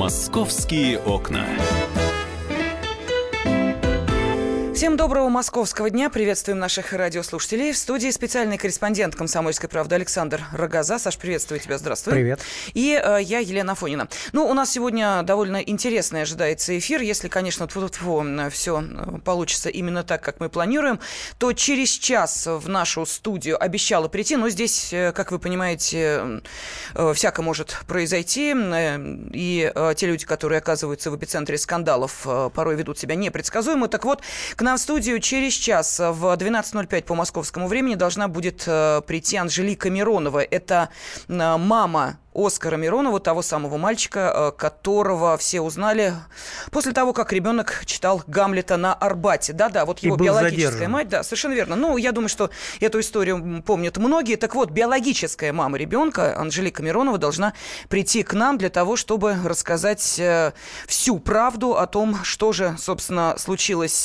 «Московские окна». Всем доброго московского дня. Приветствуем наших радиослушателей. В студии специальный корреспондент «Комсомольской правды» Александр Рогоза. Саш, приветствую тебя. Здравствуй. Привет. И я, Елена Афонина. У нас сегодня довольно интересный ожидается эфир. Если, конечно, все получится именно так, как мы планируем, то через час в нашу студию обещала прийти. Но здесь, как вы понимаете, всяко может произойти. И те люди, которые оказываются в эпицентре скандалов, порой ведут себя непредсказуемо. Так вот, к нам в студию через час в 12:05 по московскому времени должна будет прийти Анжелика Миронова. Это мама Оскара Миронова, того самого мальчика, которого все узнали после того, как ребенок читал «Гамлета» на Арбате. Да-да, вот его биологическая мать, да, совершенно верно. Я думаю, что эту историю помнят многие. Так вот, биологическая мама ребенка, Анжелика Миронова, должна прийти к нам для того, чтобы рассказать всю правду о том, что же, собственно, случилось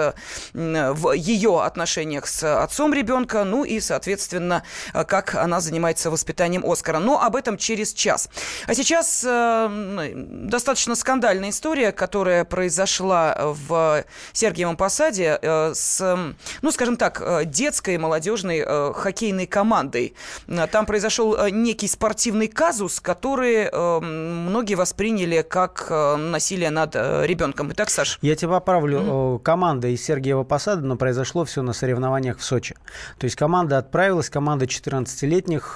в ее отношениях с отцом ребенка, и, соответственно, как она занимается воспитанием Оскара. Но об этом через час. А сейчас достаточно скандальная история, которая произошла в Сергиевом Посаде с, скажем так, детской молодежной хоккейной командой. Там произошел некий спортивный казус, который многие восприняли как насилие над ребенком. Итак, Саш. Я тебя поправлю. Команда из Сергиева Посада, но произошло все на соревнованиях в Сочи. То есть команда отправилась, команда 14-летних,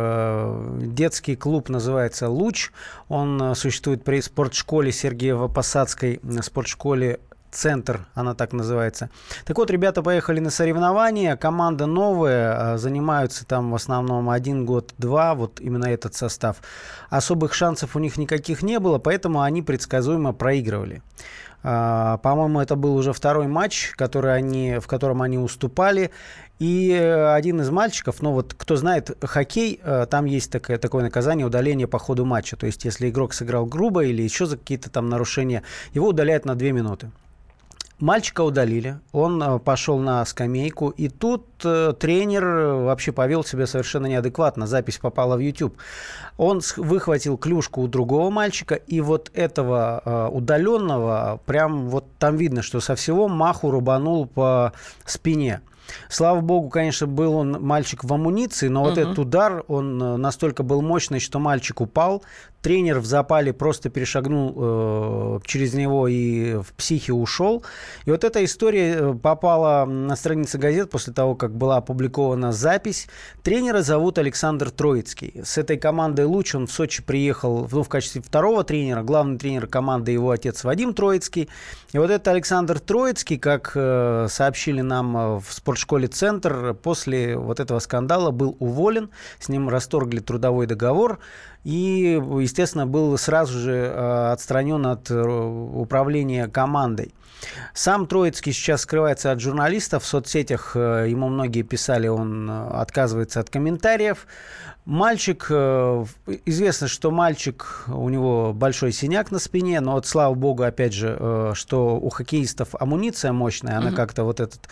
детский клуб называется «Луч». Он существует при спортшколе Сергиево-Посадской, спортшколе «Центр», она так называется. Так вот, ребята поехали на соревнования, команда новая, занимаются там в основном 1 год, 2, вот именно этот состав. Особых шансов у них никаких не было, поэтому они предсказуемо проигрывали. По-моему, это был уже второй матч, в котором они уступали. И один из мальчиков, кто знает хоккей, там есть такое наказание — удаление по ходу матча. То есть, если игрок сыграл грубо или еще за какие-то там нарушения, его удаляют на 2 минуты. Мальчика удалили, он пошел на скамейку, и тут тренер вообще повел себя совершенно неадекватно. Запись попала в YouTube. Он выхватил клюшку у другого мальчика, и вот этого удаленного, прям вот там видно, что со всего маху рубанул по спине. Слава богу, конечно, был мальчик в амуниции, но вот этот удар, он настолько был мощный, что мальчик упал. Тренер в запале просто перешагнул через него и в психе ушел. И вот эта история попала на страницы газет после того, как была опубликована запись. Тренера зовут Александр Троицкий. С этой командой «Луч» он в Сочи приехал в качестве второго тренера. Главный тренер команды — его отец Вадим Троицкий. И вот этот Александр Троицкий, как сообщили нам в спортшколе «Центр», после вот этого скандала был уволен. С ним расторгли трудовой договор. И, естественно, был сразу же отстранен от управления командой. Сам Троицкий сейчас скрывается от журналистов. В соцсетях ему многие писали, он отказывается от комментариев. Мальчик, известно, что мальчик, у него большой синяк на спине, но вот слава богу, опять же, что у хоккеистов амуниция мощная, она как-то вот этот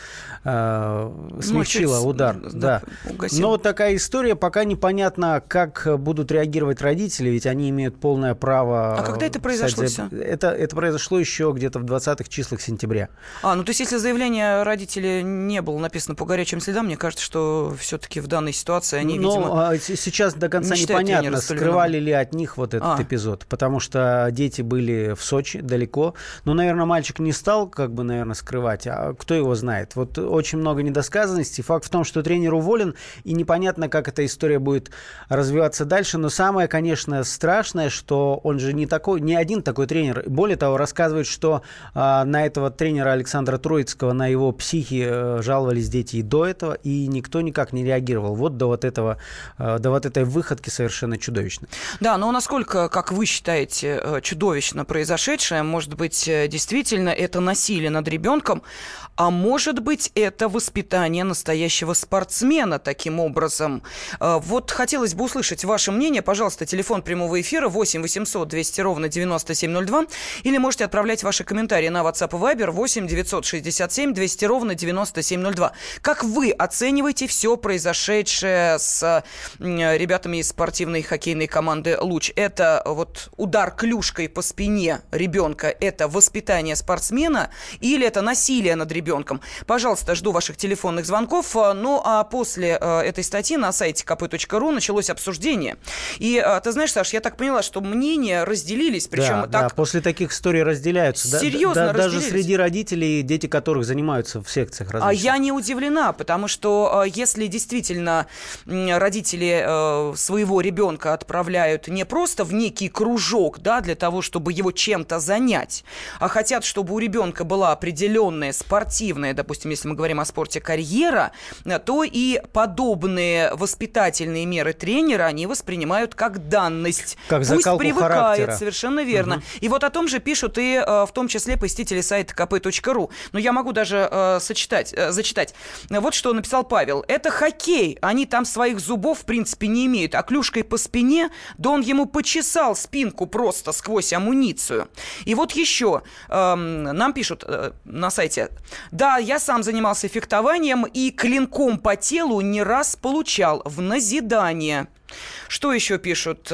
смягчила удар. Да. Но вот такая история, пока непонятно, как будут реагировать родители, ведь они имеют полное право... А когда это произошло все? Это произошло еще где-то в 20-х числах сентября. То есть если заявление родителей не было написано по горячим следам, мне кажется, что все-таки в данной ситуации они, видимо... Сейчас до конца непонятно, скрывали ли от них вот этот эпизод, потому что дети были в Сочи, далеко. Но, наверное, мальчик не стал, скрывать, а кто его знает. Вот очень много недосказанностей. Факт в том, что тренер уволен, и непонятно, как эта история будет развиваться дальше. Но самое, конечно, страшное, что он же не один такой тренер. Более того, рассказывает, что на этого тренера Александра Троицкого, на его психи жаловались дети и до этого, и никто никак не реагировал. Вот до вот этой выходки совершенно чудовищной. Да, но насколько, как вы считаете, чудовищно произошедшее, может быть, действительно это насилие над ребенком, а может быть, это воспитание настоящего спортсмена таким образом. Вот хотелось бы услышать ваше мнение. Пожалуйста, телефон прямого эфира 8 800 200 ровно 9702. Или можете отправлять ваши комментарии на WhatsApp и Viber 8 967 200 ровно 9702. Как вы оцениваете все произошедшее с ребятами из спортивной хоккейной команды «Луч»? Это вот удар клюшкой по спине ребенка, это воспитание спортсмена или это насилие над ребенком? Пожалуйста, жду ваших телефонных звонков. Ну, а после этой статьи на сайте kp.ru началось обсуждение. И ты знаешь, Саш, я так поняла, что мнения разделились. Причем да, после таких историй разделяются. Серьезно разделились. Даже среди родителей, дети которых занимаются в секциях различных. А я не удивлена, потому что если действительно родители своего ребенка отправляют не просто в некий кружок, да, для того, чтобы его чем-то занять, а хотят, чтобы у ребенка была определенная спортивная, допустим, если мы говорим о спорте, карьера, то и подобные воспитательные меры тренера они воспринимают как данность. Как Пусть закалку привыкает, характера. совершенно верно. И вот о том же пишут и в том числе посетители сайта kp.ru. Но я могу даже зачитать. Вот что написал Павел. Это хоккей. Они там своих зубов, в принципе, не имеют. А клюшкой по спине, да он ему почесал спинку просто сквозь амуницию. И вот еще нам пишут на сайте. Да, я сам занимался фехтованием и клинком по телу не раз получал в назидание. Что еще пишут?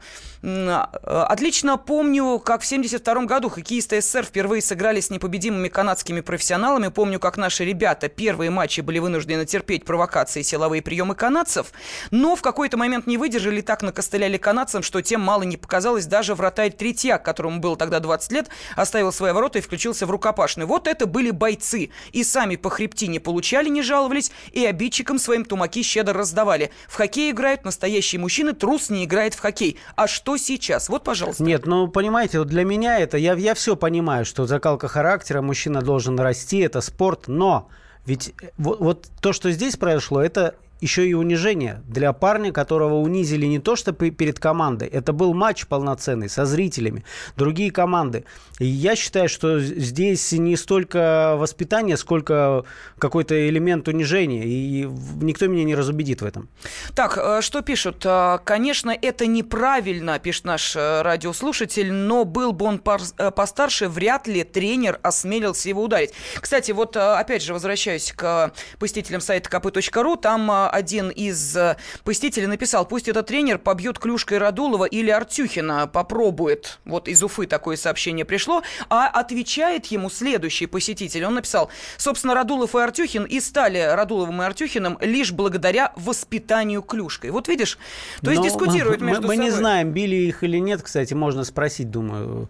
Отлично помню, как в 1972 году хоккеисты СССР впервые сыграли с непобедимыми канадскими профессионалами. Помню, как наши ребята первые матчи были вынуждены терпеть провокации и силовые приемы канадцев, но в какой-то момент не выдержали, так накостыляли канадцам, что тем мало не показалось. Даже вратарь Третьяк, которому было тогда 20 лет, оставил свои ворота и включился в рукопашную. Вот это были бойцы. И сами по хребтине получали, не жаловались, и обидчикам своим тумаки щедро раздавали. В хоккей играют настоящие мужчины, трус не играет в хоккей. А что сейчас? Вот, пожалуйста. Нет, ну, понимаете, вот для меня это... Я все понимаю, что закалка характера, мужчина должен расти, это спорт, но ведь вот то, что здесь произошло, это еще и унижение для парня, которого унизили не то что перед командой, это был матч полноценный со зрителями, другие команды. И я считаю, что здесь не столько воспитание, сколько какой-то элемент унижения, и никто меня не разубедит в этом. Так, что пишут? Конечно, это неправильно, пишет наш радиослушатель, но был бы он постарше, вряд ли тренер осмелился его ударить. Кстати, вот опять же возвращаюсь к посетителям сайта kp.ru, там один из посетителей написал: пусть этот тренер побьет клюшкой Радулова или Артюхина, попробует. Вот из Уфы такое сообщение пришло. А отвечает ему следующий посетитель. Он написал: собственно, Радулов и Артюхин и стали Радуловым и Артюхиным лишь благодаря воспитанию клюшкой. Вот видишь, то есть дискутируют между собой. Мы не знаем, били их или нет, кстати, можно спросить, думаю.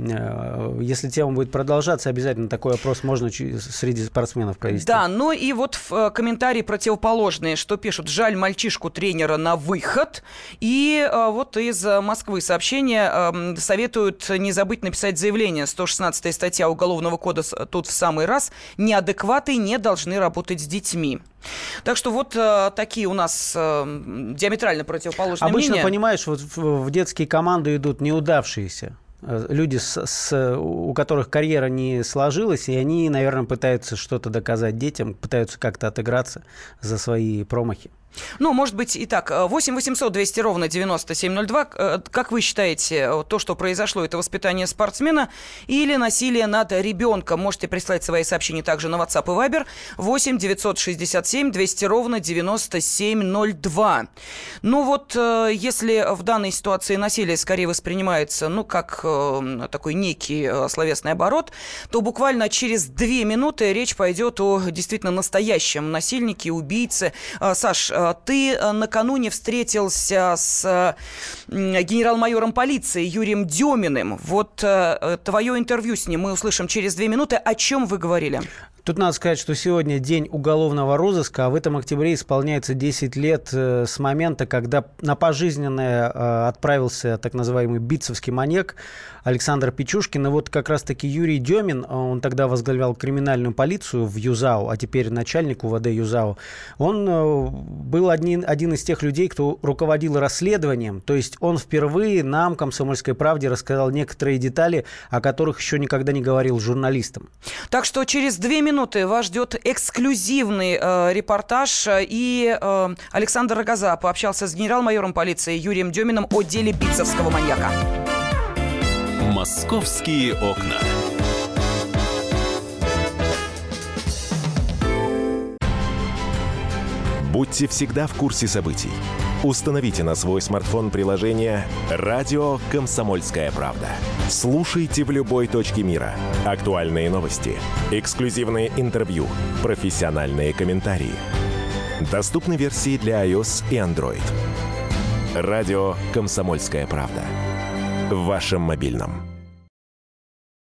Если тема будет продолжаться, обязательно такой опрос можно среди спортсменов провести. Да, ну и вот в комментарии противоположные, что пишут: жаль мальчишку тренера на выход. И вот из Москвы сообщение: советуют не забыть написать заявление. 116-я статья Уголовного кодекса тут в самый раз. Неадекваты не должны работать с детьми. Так что вот такие у нас диаметрально противоположные мнения. Обычно, понимаешь, вот в детские команды идут неудавшиеся. Люди, у которых карьера не сложилась, и они, наверное, пытаются что-то доказать детям, пытаются как-то отыграться за свои промахи. Ну, может быть, и так. 8 800 200 ровно 9702. Как вы считаете, то, что произошло, это воспитание спортсмена или насилие над ребенком? Можете прислать свои сообщения также на WhatsApp и Viber. 8 967 200 ровно 9702. Ну вот, если в данной ситуации насилие скорее воспринимается, ну, как такой некий словесный оборот, то буквально через 2 минуты речь пойдет о действительно настоящем насильнике, убийце. Саш, ты накануне встретился с генерал-майором полиции Юрием Деминым. Вот твое интервью с ним мы услышим через 2 минуты. О чем вы говорили? Тут надо сказать, что сегодня день уголовного розыска, а в этом октябре исполняется 10 лет с момента, когда на пожизненное отправился так называемый битцевский маньяк Александр Печушкин. И вот как раз-таки Юрий Демин, он тогда возглавлял криминальную полицию в ЮЗАО, а теперь начальник УВД ЮЗАО. Он был один из тех людей, кто руководил расследованием. То есть он впервые нам, «Комсомольской правде», рассказал некоторые детали, о которых еще никогда не говорил журналистам. Так что через 2 минуты минуты вас ждет эксклюзивный репортаж. И Александр Рогоза пообщался с генерал-майором полиции Юрием Деминым о деле битцевского маньяка. «Московские окна». Будьте всегда в курсе событий. Установите на свой смартфон приложение «Радио Комсомольская правда». Слушайте в любой точке мира. Актуальные новости, эксклюзивные интервью, профессиональные комментарии. Доступны версии для iOS и Android. «Радио Комсомольская правда». В вашем мобильном.